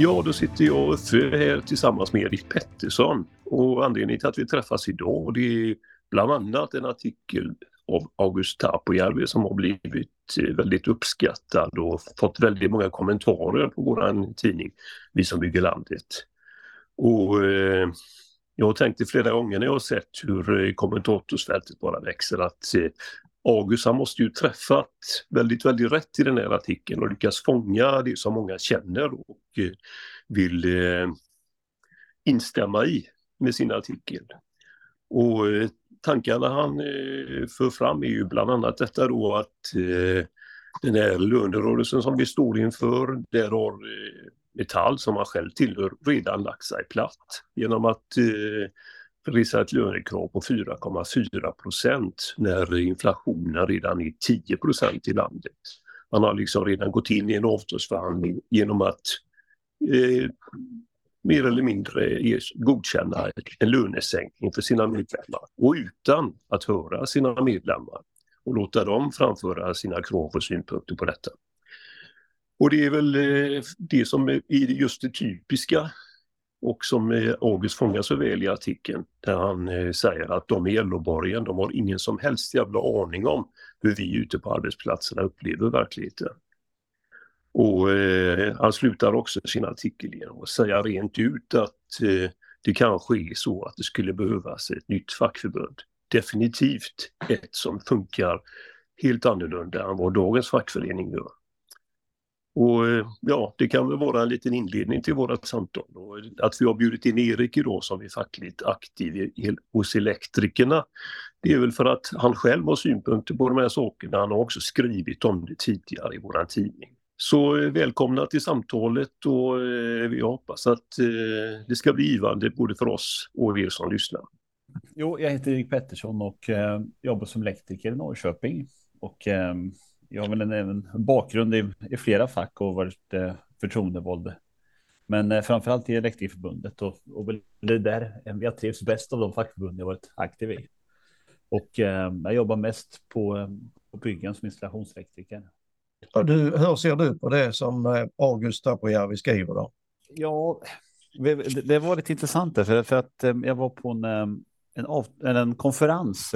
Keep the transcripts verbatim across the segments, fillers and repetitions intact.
Ja, då sitter jag här tillsammans med Erik Pettersson. Och anledningen till att vi träffas idag, det är bland annat en artikel av August Taapojärvi som har blivit väldigt uppskattad och fått väldigt många kommentarer på vår tidning, Vi som bygger landet. Och eh, jag har tänkt flera gånger när jag har sett hur kommentatorsfältet bara växer att eh, August han måste ju träffat väldigt, väldigt rätt i den här artikeln och lyckas fånga det som många känner och eh, vill eh, instämma i med sin artikel. Och eh, tankarna han eh, för fram är ju bland annat detta då att eh, den här lönerörelsen som vi står inför, där har eh, Metall som han själv tillhör redan lagt sig platt genom att eh, resa ett lönekrav på fyra komma fyra procent när inflationen redan är tio procent i landet. Man har liksom redan gått in i en avtalsförhandling genom att eh, mer eller mindre godkänna en lönesänkning för sina medlemmar och utan att höra sina medlemmar och låta dem framföra sina krav och synpunkter på detta. Och det är väl det som är just det typiska och som August fångar så väl i artikeln där han säger att de i L O-borgen, de har ingen som helst jävla aning om hur vi ute på arbetsplatserna upplever verkligheten. Och eh, han slutar också sin artikel genom att säga rent ut att eh, det kanske är så att det skulle behövas ett nytt fackförbund. Definitivt ett som funkar helt annorlunda än vad dagens fackförening gör. Och eh, ja, det kan väl vara en liten inledning till vårat samtal. Och att vi har bjudit in Erik idag som är fackligt aktiv hos elektrikerna, det är väl för att han själv har synpunkter på de här sakerna. Han har också skrivit om det tidigare i våran tidning. Så välkomna till samtalet och eh, vi hoppas att eh, det ska bli givande både för oss och er som lyssnar. Jo, jag heter Erik Pettersson och eh, jobbar som elektriker i Norrköping. Och eh, jag har väl en, en bakgrund i, i flera fack och varit eh, förtroendevald. Men eh, framförallt i Elektrikerförbundet och, och väl det där jag trivs bäst av de fackförbund jag varit aktiv i. Och eh, jag jobbar mest på, på byggen som installationselektriker. Ja, du, hur ser du på det som August Taapojärvi skriver då? Ja, det, det var lite intressant där, för, för att jag var på en, en, av, en konferens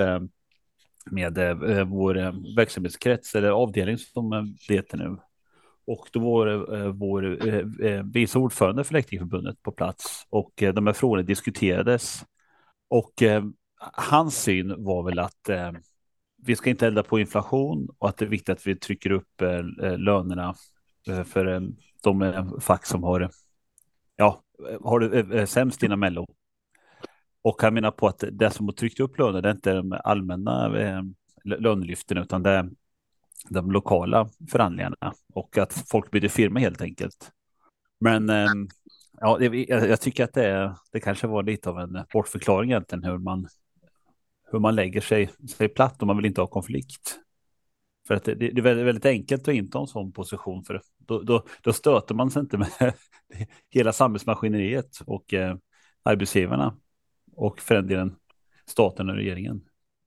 med vår verksamhetskrets eller avdelning som det heter nu. Och då var vår vice ordförande för Elektrikerförbundet på plats och de här frågorna diskuterades. Och hans syn var väl att vi ska inte elda på inflation och att det är viktigt att vi trycker upp eh, lönerna eh, för eh, de eh, fack som har, ja, har det eh, sämst inom L O. Och han menar på att det som har tryckt upp löner, det är inte de allmänna eh, lönelyften utan det är de lokala förhandlingarna och att folk byter firma helt enkelt. Men eh, ja, det, jag, jag tycker att det, det kanske var lite av en bortförklaring egentligen hur man hur man lägger sig, sig platt om man vill inte ha konflikt. För att det, det är väldigt, väldigt enkelt att inte ha en sån position för då, då, då stöter man sig inte med hela samhällsmaskineriet och eh, arbetsgivarna och förändringen staten och regeringen.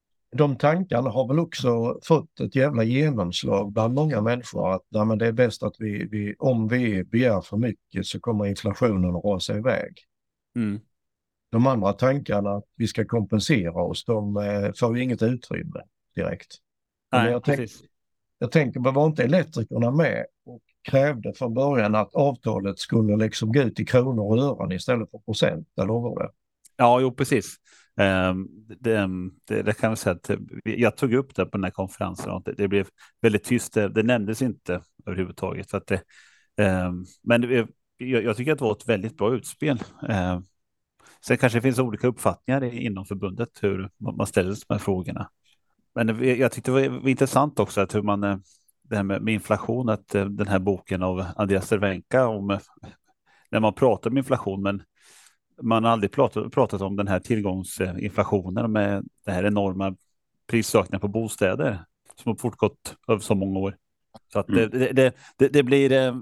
De tankarna har väl också fått ett jävla genomslag bland många människor att ja, men det är bäst att vi, vi, om vi begär för mycket så kommer inflationen att rasa iväg. Mm. De andra tankarna att vi ska kompensera oss, de eh, får ju inget utrymme direkt. Nej, jag, tänk, jag tänker, vad var inte elektrikerna med och krävde från början att avtalet skulle liksom gå ut i kronor och ören istället för procent, eller vad var det? Ja, jo precis. Um, det, det, det kan jag säga att jag tog upp det på den här konferensen och det, det blev väldigt tyst. Det, det nämndes inte överhuvudtaget. För att det, um, men det, jag, jag tycker att det var ett väldigt bra utspel. Um, Sen kanske det finns olika uppfattningar inom förbundet hur man ställer de här frågorna. Men jag tyckte det var intressant också att hur man, det här med inflation, att den här boken av Andreas Cervenka om när man pratar om inflation, men man har aldrig pratat, pratat om den här tillgångsinflationen med det här enorma prisökningar på bostäder som har fortgått över så många år. Så att det, det, det, det, det blir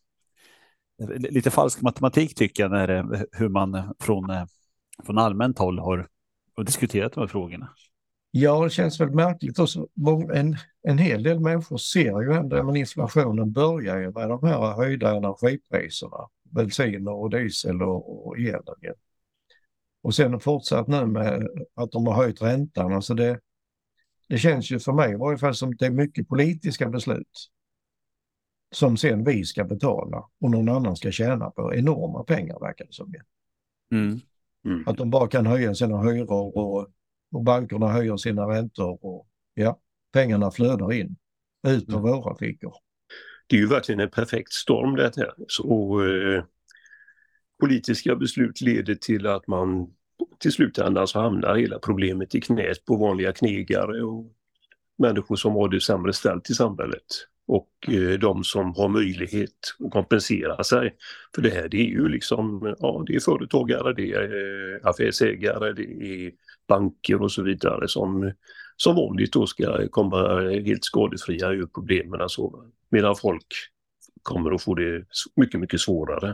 lite falsk matematik tycker jag när hur man från, från allmänt håll har, har diskuterat de här frågorna. Ja, det känns väl märkligt också. En, en hel del människor ser ju ändå att inflationen börjar ju med de här höjda energipriserna. bensin och diesel och, och el igen. Och sen fortsatt nu med att de har höjt räntan. Alltså det, det känns ju för mig i varje fall som det är mycket politiska beslut som sen vi ska betala och någon annan ska tjäna på enorma pengar, verkar det som. Mm. Mm. Att de bara kan höja sina hyror och, och bankerna höjer sina räntor och ja, pengarna flödar in ut ur Mm. våra fickor. Det är ju verkligen en perfekt storm det här. Så eh, politiska beslut leder till att man till slutändan så hamnar hela problemet i knät på vanliga knegare och människor som har det sämre ställt i samhället. Och eh, de som har möjlighet att kompensera sig. För det här, det är ju liksom, ja, det är företagare, det är eh, affärsägare, det är banker och så vidare som, som vanligt då ska komma helt skadefria ur problemen. Alltså, medan folk kommer att få det mycket, mycket svårare.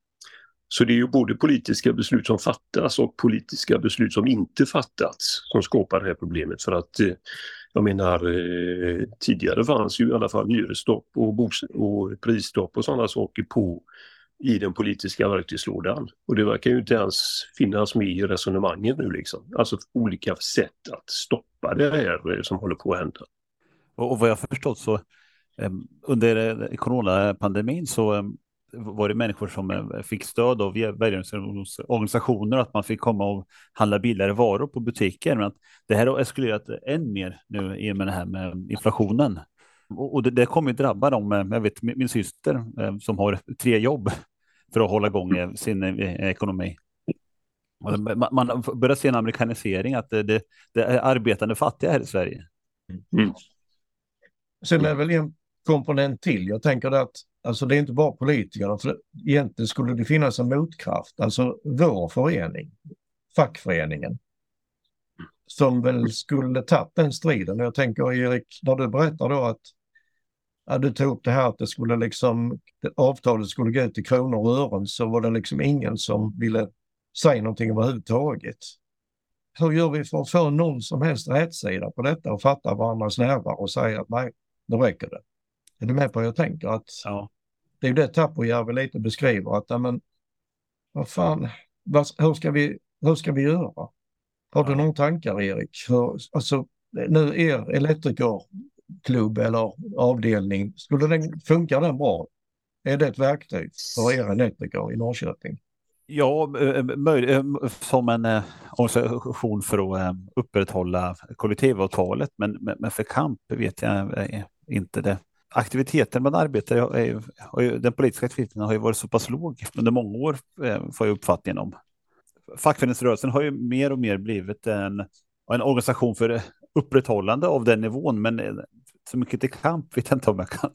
Så det är ju både politiska beslut som fattas och politiska beslut som inte fattats som skapar det här problemet. För att eh, jag menar, eh, tidigare fanns ju i alla fall hyresstopp och, bos- och prisstopp och sådana saker på i den politiska verktygslådan. Och det verkar ju inte ens finnas med i resonemangen nu liksom. Alltså olika sätt att stoppa det här som håller på att hända. Och, och vad jag har förstått så eh, under coronapandemin så eh, var det människor som eh, fick stöd av välgörenhetsorganisationer att man fick komma och handla billigare varor på butiker. Men att det här har eskalerat än mer nu i och med det här med inflationen. Och, och det, det kommer ju drabba dem. eh, Jag vet min, min syster eh, som har tre jobb för att hålla igång eh, sin eh, ekonomi. Och det- Man, man börjar se en amerikanisering att det, det, det är arbetande fattiga här i Sverige. Mm. Sen är det väl en komponent till. Jag tänker att alltså det är inte bara politikerna. För egentligen skulle det finnas en motkraft. Alltså vår förening, fackföreningen, som väl skulle ta den striden. Jag tänker Erik, när du berättar då att ja, du tog upp det här att det skulle liksom, avtalet skulle gå ut i kronor och ören, så var det liksom ingen som ville säga någonting överhuvudtaget. Hur gör vi för att få någon som helst rättsida på detta och fatta varandras nervar och säga att nej, då räcker det. Är du med på vad jag tänker? Att Ja. det är ju det Tapojärvi lite beskriver, att ja, men, vad fan, vad, hur, ska vi, hur ska vi göra? Har du Ja. några tankar, Erik? För, alltså, nu er elektrikerklubb eller avdelning, skulle den, funkar den bra? Är det ett verktyg för er elektriker i Norrköping? Ja, eh, möj- eh, som en eh, organisation för att eh, upprätthålla kollektivavtalet, men, men, men för kamp vet jag eh, inte det. Aktiviteten man arbetar är, är, är, den politiska aktiviteten har ju varit så pass låg under många år, eh, får jag uppfattningen om. Fackföreningsrörelsen har ju mer och mer blivit en, en organisation för upprätthållande av den nivån, men eh, så mycket till kamp vet jag inte om jag kan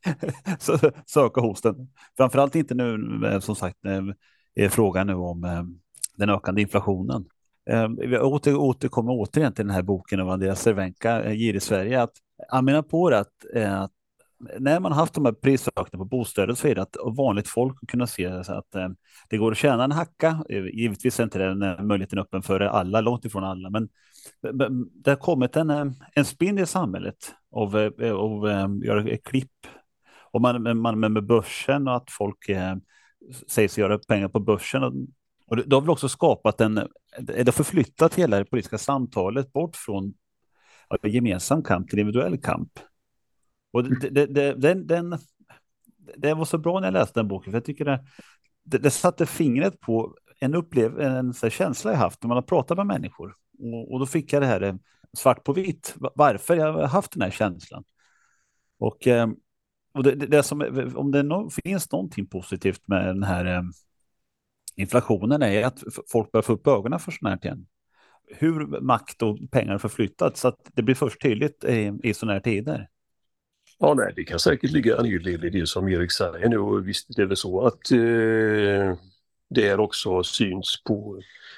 så, söka hos den. Framförallt inte nu, eh, som sagt, eh, är frågan nu om eh, den ökande inflationen. Eh, vi åter, återkommer återigen till den här boken av Andreas Cervenka, eh, Gir i Sverige, att han menar på det att, eh, att när man haft de här prisökningarna på bostäder så är det att vanligt folk kunna se så att eh, det går att tjäna en hacka. Eh, givetvis är inte den eh, möjligheten öppen för alla, långt ifrån alla, men eh, det har kommit en, eh, en spinn i samhället av, eh, av eh, göra klipp och man, man med, med börsen och att folk eh, säger sig göra pengar på börsen. Och, och det, det har väl också skapat en, det har förflyttat hela det politiska samtalet bort från ja, gemensam kamp till individuell kamp. Och det, det, det, den, den, det var så bra när jag läste den boken, för jag tycker det, det, det satte fingret på en, upplev, en så här känsla jag haft när man har pratat med människor. Och, och då fick jag det här svart på vitt, varför jag har haft den här känslan. Och, och det, det som, om det no, finns någonting positivt med den här inflationen är att folk börjar få upp ögonen för sådana här igen. Hur makt och pengar förflyttats, så att det blir först tydligt i, i sådana här tider. Ja, nej, det kan säkert ligga en hel del i det som Erik säger nu, och visst är det så att eh, det är också syns på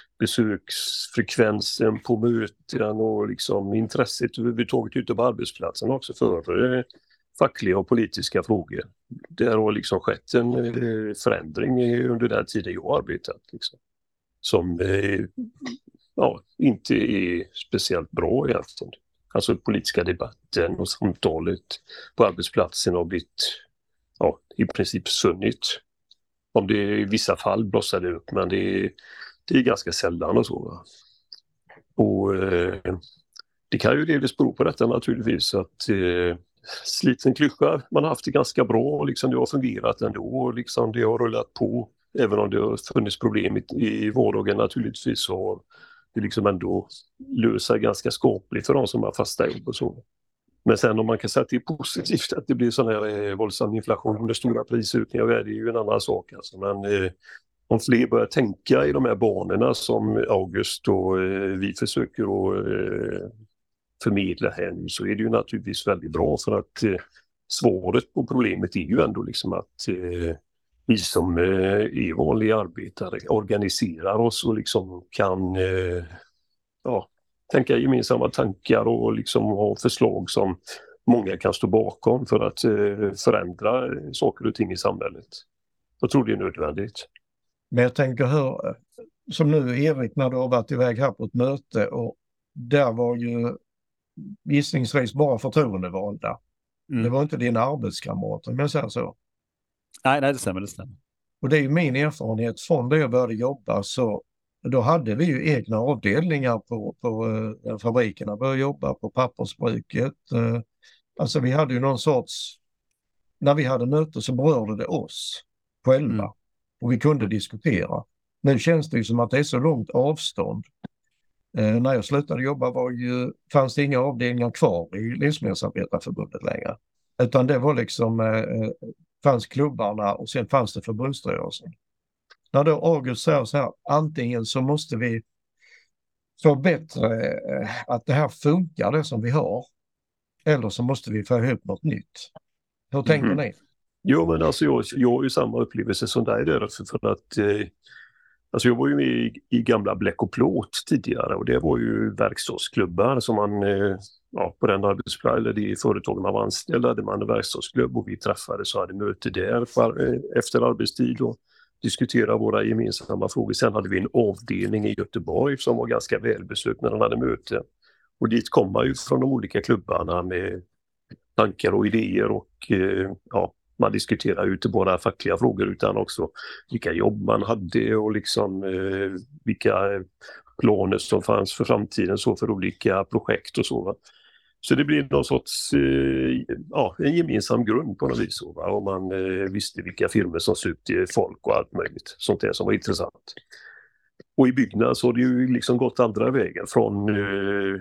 besöksfrekvensen på möten och liksom intresset överhuvudtaget ute på arbetsplatsen också för eh, fackliga och politiska frågor. Det har liksom skett en eh, förändring under den tiden jag har arbetat liksom, som eh, ja, inte är speciellt bra egentligen. Alltså politiska debatten och samtalet på arbetsplatsen har blivit ja, i princip sunnigt. Om det i vissa fall blossar det upp, men det är, det är ganska sällan och så. Va? Och eh, det kan ju delvis bero på detta naturligtvis, att eh, sliten klyscha, man har haft det ganska bra, liksom det har fungerat ändå, liksom det har rullat på, även om det har funnits problem i, i vardagen naturligtvis, så det liksom ändå löser ganska skapligt för de som har fasta jobb och så. Men sen om man kan säga att det är positivt att det blir sån här eh, våldsam inflation och stora prisökningar, det är ju en annan sak alltså. Men eh, om fler börjar tänka i de här banorna som August och eh, vi försöker att eh, förmedla här nu, så är det ju naturligtvis väldigt bra, för att eh, svaret på problemet är ju ändå liksom att eh, vi som eh, är vanliga arbetare organiserar oss och liksom kan eh, ja, tänka gemensamma tankar och liksom ha förslag som många kan stå bakom för att eh, förändra saker och ting i samhället. Jag tror det är nödvändigt. Men jag tänker hur, som nu Erik, när du har varit iväg här på ett möte, och där var ju gissningsvis bara förtroendevalda. Mm. Det var inte dina arbetskamrater, men jag säger så. Nej, nej, det stämmer, det stämmer. Och det är ju min erfarenhet från det jag började jobba, så då hade vi ju egna avdelningar på, på uh, fabrikerna, började jobba på pappersbruket. Uh, alltså vi hade ju någon sorts, när vi hade möte så berörde det oss själva. Mm. Och vi kunde diskutera. Nu känns det ju som att det är så långt avstånd. Uh, när jag slutade jobba var ju, fanns det inga avdelningar kvar i Livsmedelsarbetarförbundet längre. Utan det var liksom, uh, fanns klubbarna och sen fanns det förbundsstyrelsen. När då August säger så här, antingen så måste vi få bättre uh, att det här funkar, det som vi har. Eller så måste vi få ihop något nytt. Hur tänker mm. ni? Jo, men alltså jag, jag har ju samma upplevelse som dig där, för att eh, alltså jag var ju med i, i gamla Bläck och Plåt tidigare, och det var ju verkstadsklubbar som man, eh, ja, på den arbetsplatsen eller det företag man var anställd hade man en verkstadsklubb, och vi träffades och hade möte där för, eh, efter arbetstid och diskutera våra gemensamma frågor. Sen hade vi en avdelning i Göteborg som var ganska välbesökt när de hade möte, och dit kom man ju från de olika klubbarna med tankar och idéer, och eh, ja, man diskuterar ju inte bara fackliga frågor utan också vilka jobb man hade och liksom eh, vilka planer som fanns för framtiden, så för olika projekt och så. Va? Så det blir någon sorts eh, ja, en gemensam grund på något vis. Så, va? Och man eh, visste vilka firmor som sökte folk och allt möjligt. Sånt där som var intressant. Och i byggnad så har det ju liksom gått andra vägen från eh,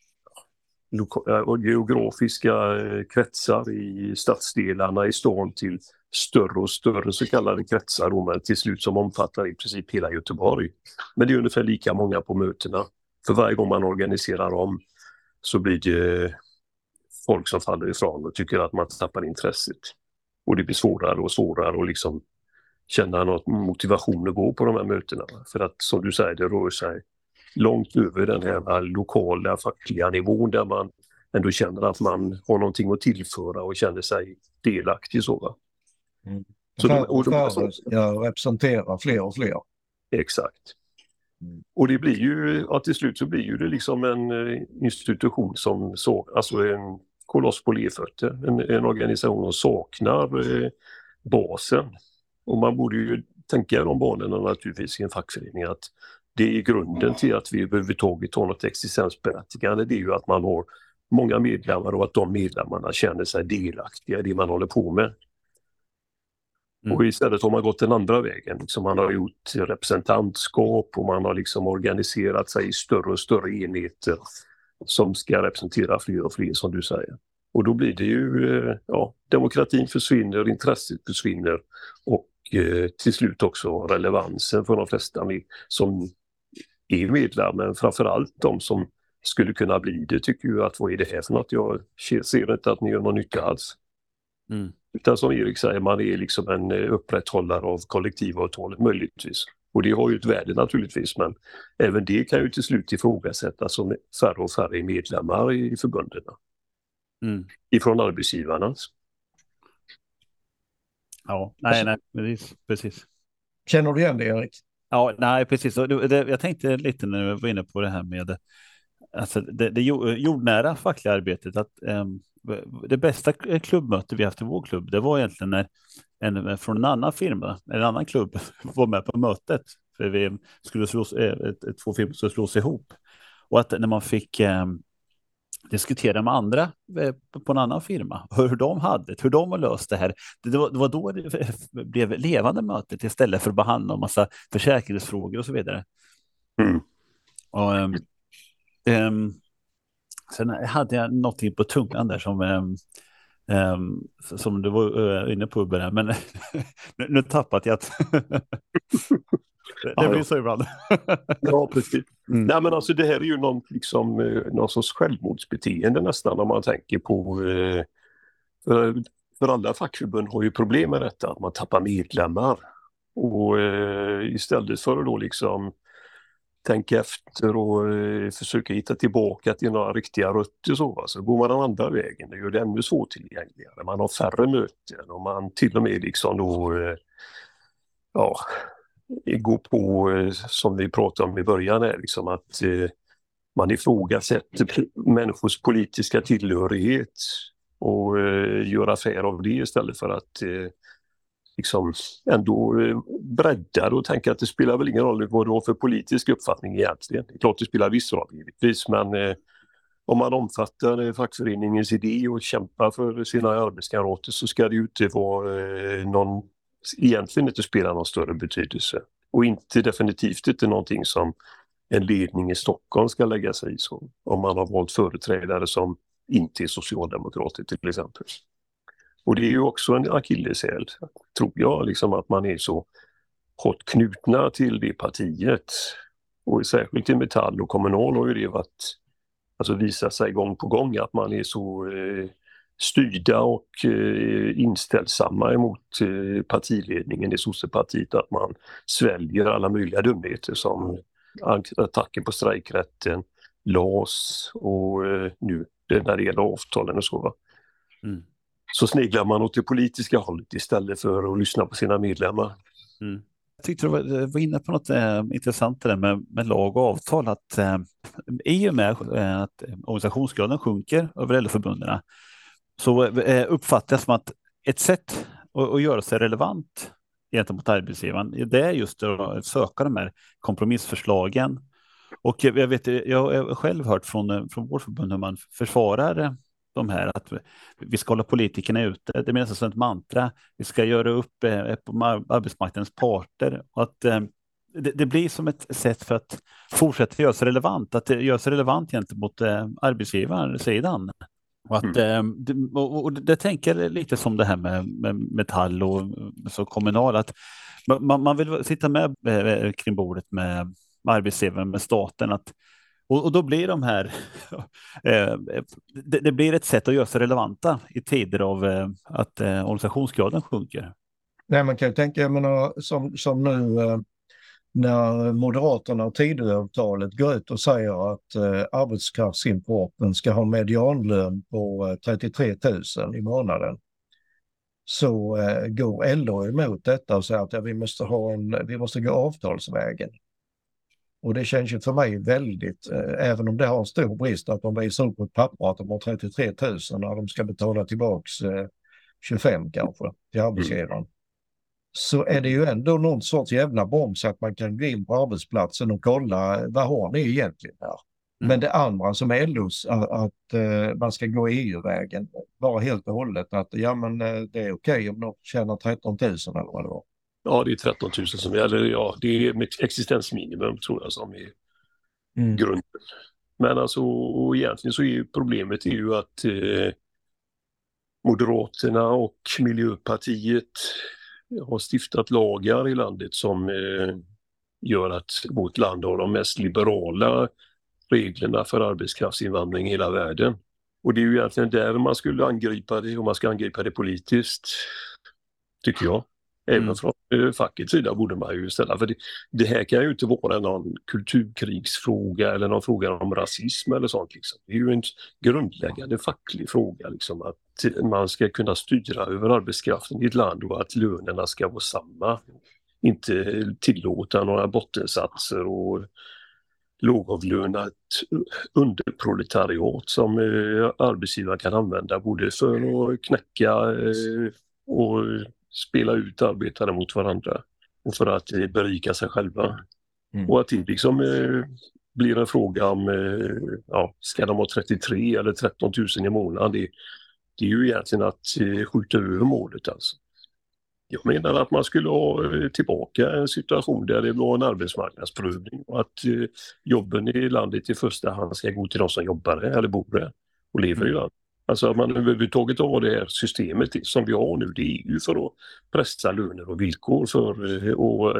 och geografiska kretsar i stadsdelarna i stan till större och större så kallade kretsar, då, men till slut som omfattar i princip hela Göteborg. Men det är ungefär lika många på mötena. För varje gång man organiserar om så blir det folk som faller ifrån och tycker att man tappar intresset. Och det blir svårare och svårare att liksom känna något motivation att gå på de här mötena. För att som du säger, det rör sig långt över den här lokala fackliga nivån där man ändå känner att man har någonting att tillföra och känner sig delaktig. Så, va? Mm. Så för, och de, för, jag representerar fler och fler. Exakt. Mm. Och det blir ju, ja, till slut så blir ju det liksom en institution som så, alltså en koloss på lerfötter, en, en organisation som saknar eh, basen. Och man borde ju tänka i de banorna naturligtvis i en fackförening, att det är grunden till att vi överhuvudtaget har något existensberättigande. Det är ju att man har många medlemmar och att de medlemmarna känner sig delaktiga i det man håller på med. Mm. Och istället har man gått den andra vägen. Liksom man har gjort representantskap och man har liksom organiserat sig i större och större enheter som ska representera fler och fler, som du säger. Och då blir det ju, ja, demokratin försvinner, intresset försvinner och eh, till slut också relevansen för de flesta med, som är medlemmar, men framförallt de som skulle kunna bli det tycker ju att vad är det här för något? Jag ser inte att ni gör någon nytta alls. Mm. Utan som Erik säger, man är liksom en upprätthållare av kollektivavtalet möjligtvis. Och det har ju ett värde naturligtvis, men även det kan ju till slut ifrågasättas som färre och färre medlemmar i förbunden. Mm. Ifrån arbetsgivarna. Ja, nej, nej, precis, precis. Känner du igen det, Erik? Ja, nej, precis. Det, jag tänkte lite när vi var inne på det här med alltså det, det jordnära fackliga arbetet, att um, det bästa klubbmöte vi haft i vår klubb, det var egentligen när en från en annan firma, en annan klubb var med på mötet. För vi skulle slås, ett, ett, två firmor skulle slås ihop. Och att när man fick eh, diskutera med andra eh, på en annan firma, hur de hade hur de har löst det här. Det var, det var då det blev levande mötet istället för att behandla en massa försäkringsfrågor och så vidare. Mm. Och, um, um, sen hade jag någonting på tungan där som um, um, som du var uh, inne på där, men nu, nu tappat jag att det, det blir så ibland. Ja, precis. Mm. Nej, men alltså det här är ju någon, liksom, någon sorts självmordsbeteende nästan om man tänker på eh, för, för alla fackförbund har ju problem med detta, att man tappar medlemmar. Och eh, istället för att då liksom tänka efter och eh, försöka hitta tillbaka till några riktiga rötter så, va? Så går man den andra vägen, det gör det ännu svårtillgängligare. Man har färre möten och man till och med liksom då eh, ja, går på, eh, som vi pratade om i början här, liksom att eh, man ifrågasätter människors politiska tillhörighet och eh, gör affär av det istället för att eh, liksom ändå eh, bredda och tänka att det spelar väl ingen roll vad du har för politisk uppfattning egentligen. Det är klart det spelar viss roll givetvis, men eh, om man omfattar eh, fackföreningens idé och kämpar för sina arbetskamrater så ska det ju inte vara eh, någon, egentligen inte spela någon större betydelse. Och inte definitivt inte någonting som en ledning i Stockholm ska lägga sig i, så om man har valt företrädare som inte är socialdemokrater till exempel. Och det är ju också en akilleshäl, tror jag, liksom att man är så hårt knutna till det partiet. Och särskilt i Metall och Kommunal har ju det varit, alltså visat sig gång på gång att man är så eh, styrda och eh, inställsamma emot eh, partiledningen i Sossepartiet att man sväljer alla möjliga dumheter som attacken på strejkrätten, L A S och eh, nu det när det gäller avtalen och så, va. Mm. Så sneglar man åt det politiska hållet istället för att lyssna på sina medlemmar. Mm. Jag tyckte du var, du var inne på något eh, intressant där med, med lag och avtal, att eh, i och med eh, att organisationsgraden sjunker över L O-förbunderna så eh, uppfattas som att ett sätt att, att göra sig relevant gentemot arbetsgivaren, det är just att söka de här kompromissförslagen. Och jag vet, jag har själv hört från, från vårt förbund hur man försvarar de här, att vi ska hålla politikerna ute. Det menas som ett mantra. Vi ska göra upp eh, på arbetsmarknadens parter. Och att eh, det, det blir som ett sätt för att fortsätta göra sig relevant. Att göra sig relevant gentemot eh, arbetsgivarsidan. Och, att, mm. eh, det, och, och det tänker jag lite som det här med, med Metall och så Kommunal. Att man, man vill sitta med eh, kring bordet med, med arbetsgivaren, med staten. Att Och, och då blir de här, eh, det, det blir ett sätt att göra sig relevanta i tider av eh, att eh, organisationsgraden sjunker. Nej, man kan ju tänka, jag menar, som, som nu eh, när Moderaterna och Tidöavtalet går ut och säger att eh, arbetskraftsimporten ska ha medianlön på eh, trettiotre tusen i månaden. Så eh, går L O emot detta och säger att ja, vi måste ha en, vi måste gå avtalsvägen. Och det känns ju för mig väldigt, eh, även om det har en stor brist att de visar upp på ett papper att de har trettiotre tusen när de ska betala tillbaks eh, tjugofem kanske till arbetsgivaren. Mm. Så är det ju ändå någon sorts jävla broms att man kan gå in på arbetsplatsen och kolla vad har ni egentligen här. Mm. Men det andra som är L O:s, att, att uh, man ska gå E U-vägen, bara helt och hållet att ja men uh, det är okej om de tjänar tretton tusen eller vad det var. Ja, det är tretton tusen som är, eller ja, det är existensminimum tror jag som är mm. grunden. Men alltså, och egentligen så är ju problemet är ju att eh, Moderaterna och Miljöpartiet har stiftat lagar i landet som eh, gör att vårt land har de mest liberala reglerna för arbetskraftsinvandring i hela världen. Och det är ju egentligen där man skulle angripa det, och man ska angripa det politiskt, tycker jag. Även mm. från fackets sida borde man ju ställa, för det, det här kan ju inte vara någon kulturkrigsfråga eller någon fråga om rasism eller sånt. Liksom. Det är ju en grundläggande facklig fråga, liksom, att man ska kunna styra över arbetskraften i ett land och att lönerna ska vara samma. Inte tillåta några bottensatser och lågavlönat underproletariat som eh, arbetsgivare kan använda både för att knäcka eh, och spela ut arbetare mot varandra och för att eh, berika sig själva. Mm. Och att det liksom eh, blir en fråga om eh, ja, ska de ha trettiotre eller tretton tusen i månaden. Det, det är ju egentligen att eh, skjuta över målet alltså. Jag menar att man skulle ha eh, tillbaka en situation där det var en arbetsmarknadsprövning och att eh, jobben i landet i första hand ska gå till de som jobbar här eller bor här och lever i landet. Alltså att man överhuvudtaget har det här systemet som vi har nu, det är ju för att pressa löner och villkor för eh, och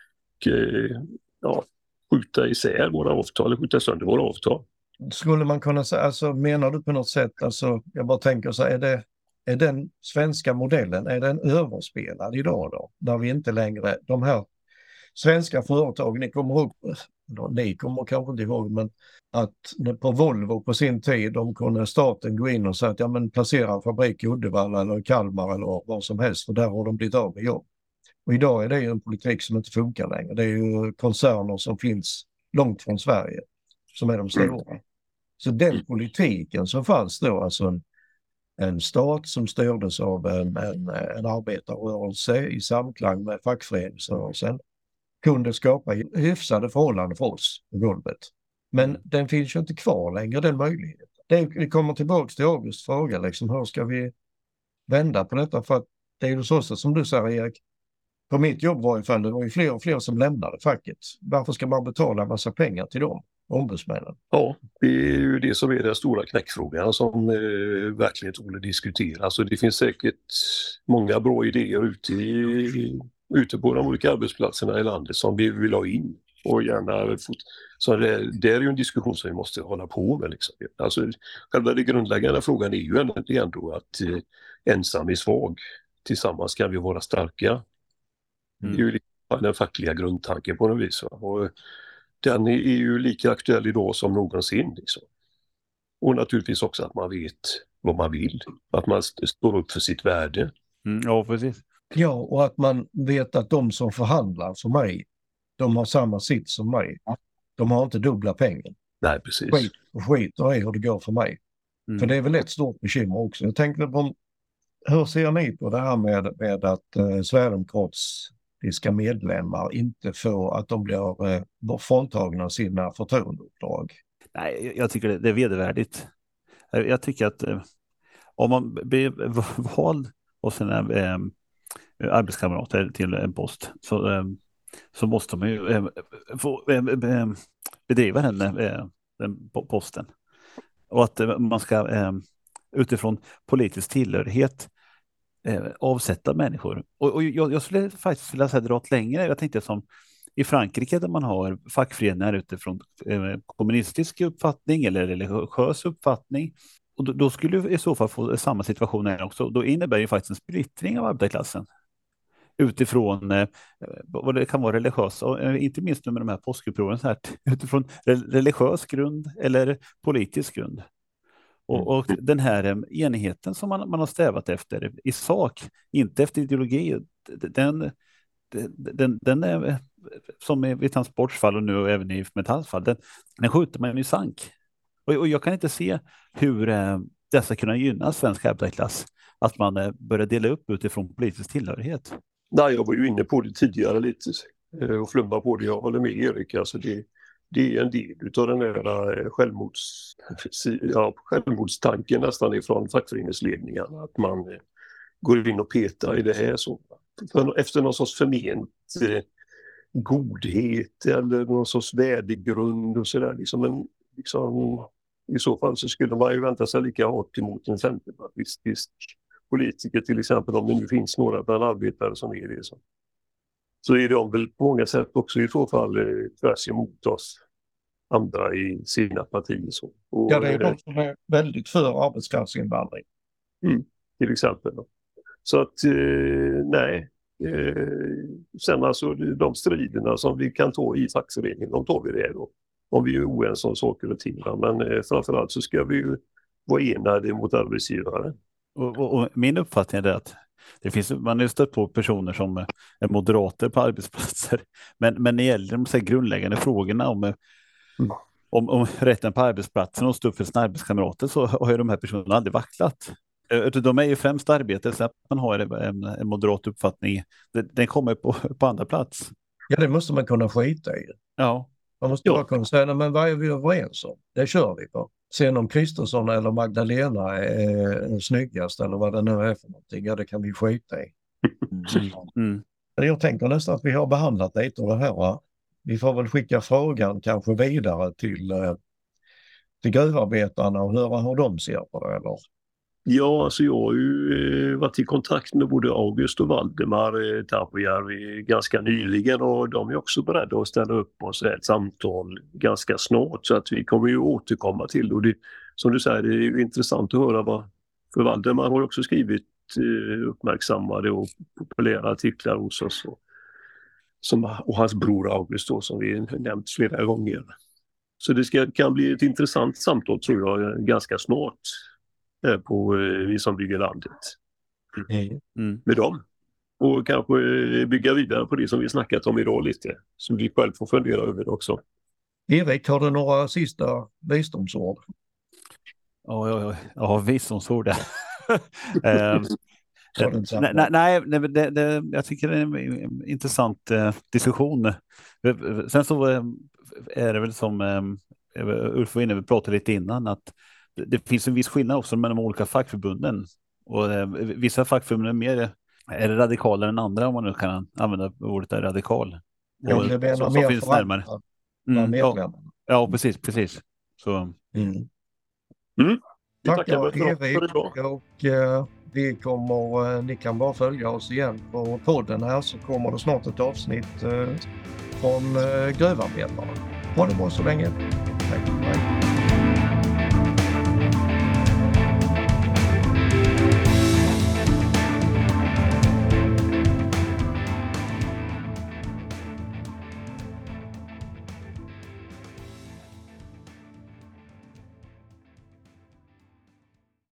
eh, ja, skjuta isär våra avtal eller skjuta sönder våra avtal. Skulle man kunna säga, alltså menar du på något sätt, alltså jag bara tänker så, är det är den svenska modellen, är den överspelad idag då? Där vi inte längre, de här svenska företagen, ni kommer ihåg, ni kommer kanske inte ihåg, men att på Volvo på sin tid, de kunde staten gå in och säga att ja men placera en fabrik i Uddevalla eller Kalmar eller vad som helst, för där har de blivit av med jobb. Och idag är det ju en politik som inte funkar längre. Det är ju koncerner som finns långt från Sverige som är de stora. Så den politiken som fanns då, alltså en, en stat som styrdes av en, en, en arbetarrörelse i samklang med fackföreningsrörelsen, kunde skapa hyfsade förhållanden för oss på golvet. Men den finns ju inte kvar längre, den möjligheten. Det, det kommer tillbaka till Augusts fråga, liksom, hur ska vi vända på detta? För att det är ju så som du säger, Erik, på mitt jobb var ifall det var ju fler och fler som lämnade facket. Varför ska man betala en massa pengar till dem, ombudsmännen? Ja, det är ju det som är den stora knäckfrågan som eh, verkligen tål att diskuteras. Så det finns säkert många bra idéer ute, i, ute på de olika arbetsplatserna i landet som vi vill ha in. Och gärna, så det, det är ju en diskussion som vi måste hålla på med. Liksom. Alltså, själva den grundläggande frågan är ju ändå, ändå att eh, ensam är svag. Tillsammans kan vi vara starka. Mm. Det är ju den fackliga grundtanken på något vis. Och den är ju lika aktuell idag som någonsin. Liksom. Och naturligtvis också att man vet vad man vill. Att man står upp för sitt värde. Mm, ja, precis. Ja, och att man vet att de som förhandlar för mig, de har samma sitt som mig. De har inte dubbla pengar. Nej, precis. Skit och skit och är hur det går för mig. Mm. För det är väl ett stort bekymmer också. Jag tänkte på, hur ser ni på det här med, med att eh, sverigedemokratiska medlemmar inte får, att de blir eh, fråntagna sina förtroendeuppdrag? Nej, jag tycker det, det är vedervärdigt. Jag tycker att eh, om man blir vald av sina eh, arbetskamrater till en post så, eh, så måste man ju eh, få eh, bedriva den, eh, den posten. Och att eh, man ska eh, utifrån politisk tillhörighet eh, avsätta människor. Och, och jag, jag skulle faktiskt vilja säga det rått längre. Jag tänkte som i Frankrike där man har fackföreningar utifrån eh, kommunistisk uppfattning eller religiös uppfattning. Och då, då skulle vi i så fall få samma situation här också. Då innebär det faktiskt en splittring av arbetarklassen. Utifrån eh, vad det kan vara religiös, och eh, inte minst med de här påskupproven så här, utifrån religiös grund eller politisk grund. Och, och den här eh, enigheten som man, man har strävat efter i sak, inte efter ideologi, den, den, den är som i transportfall och nu även i metallfall, den, den skjuter man i sank. Och, och jag kan inte se hur eh, dessa kunna gynna svensk arbetarklass, att man eh, börjar dela upp utifrån politisk tillhörighet. Nej, jag var ju inne på det tidigare lite och flumma på det. Jag håller med Erik. Alltså det, det är en del av den där självmords, ja, självmordstanken nästan ifrån fackföreningsledningarna. Att man går in och petar i det här. Så, för, efter någon sorts förment eh, godhet eller någon sorts värdegrund och sådär. Liksom en, liksom, i så fall så skulle man ju vänta sig lika hårt emot en centerpartistisk politiker till exempel, om det nu finns några bland arbetare som är det. Så, så är de väl på många sätt också i så fall eh, tvärs emot oss andra i sina partier. Så. Och, ja, det är de som är väldigt för arbetskraftsinvandring. Mm, till exempel. Då. Så att, eh, nej. Eh, sen alltså de striderna som vi kan ta i fackföreningen, de tar vi det då. Om vi är oense om saker och ting. Men eh, framförallt så ska vi ju vara enade mot arbetsgivare. Och, och, och min uppfattning är att det finns, man har stött på personer som är moderater på arbetsplatser. Men, men när det gäller de så här grundläggande frågorna om, mm. om, om rätten på arbetsplatsen och stå upp för sina arbetskamrater, så har ju de här personerna aldrig vacklat. De är ju främst arbete, så att man har en, en moderat uppfattning. Den kommer på, på andra plats. Ja, det måste man kunna skita i. Ja. Man måste bara kunna säga, men vad är vi överens om? Det kör vi på. Sen om Kristersson eller Magdalena är, är snyggast eller vad det nu är för någonting, ja det kan vi skita i. Mm. Mm. Jag tänker nästan att vi har behandlat lite av det här. Va? Vi får väl skicka frågan kanske vidare till, till gruvarbetarna och höra hur de ser på det, eller? Ja, alltså jag har ju varit i kontakt med både August och Valdemar Taapajärvi ganska nyligen, och de är också beredda att ställa upp på ett samtal ganska snart, så att vi kommer ju återkomma till. Och det, som du säger, det är ju intressant att höra vad, för Valdemar har också skrivit uppmärksammade och populära artiklar hos oss, och, som, och hans bror August då, som vi nämnt flera gånger. Så det ska, kan bli ett intressant samtal, tror jag, ganska snart på Vi som bygger landet. Mm. Med dem. Och kanske bygga vidare på det som vi snackat om idag lite, som vi själv får fundera över det också. Erik, har du några sista visdomsord? Ja, ja, ja. ja visdomsord. um, nej, nej, nej det, det, jag tycker det är en intressant uh, diskussion. Sen så uh, är det väl som um, Ulf var inne, vi pratade lite innan, att det, det finns en viss skillnad också mellan de olika fackförbunden. Och uh, vissa fackförbund är mer är radikalare än andra, om man nu kan använda ordet där, radikal. Ja, och, det så, så finns närmare. Mm, ja, ja, precis, precis. Så. Mm. Mm. Tack Erik, och uh, vi kommer, uh, ni kan bara följa oss igen på podden här, så kommer det snart ett avsnitt uh, från uh, gruvarbetarna. Ha det bra så länge.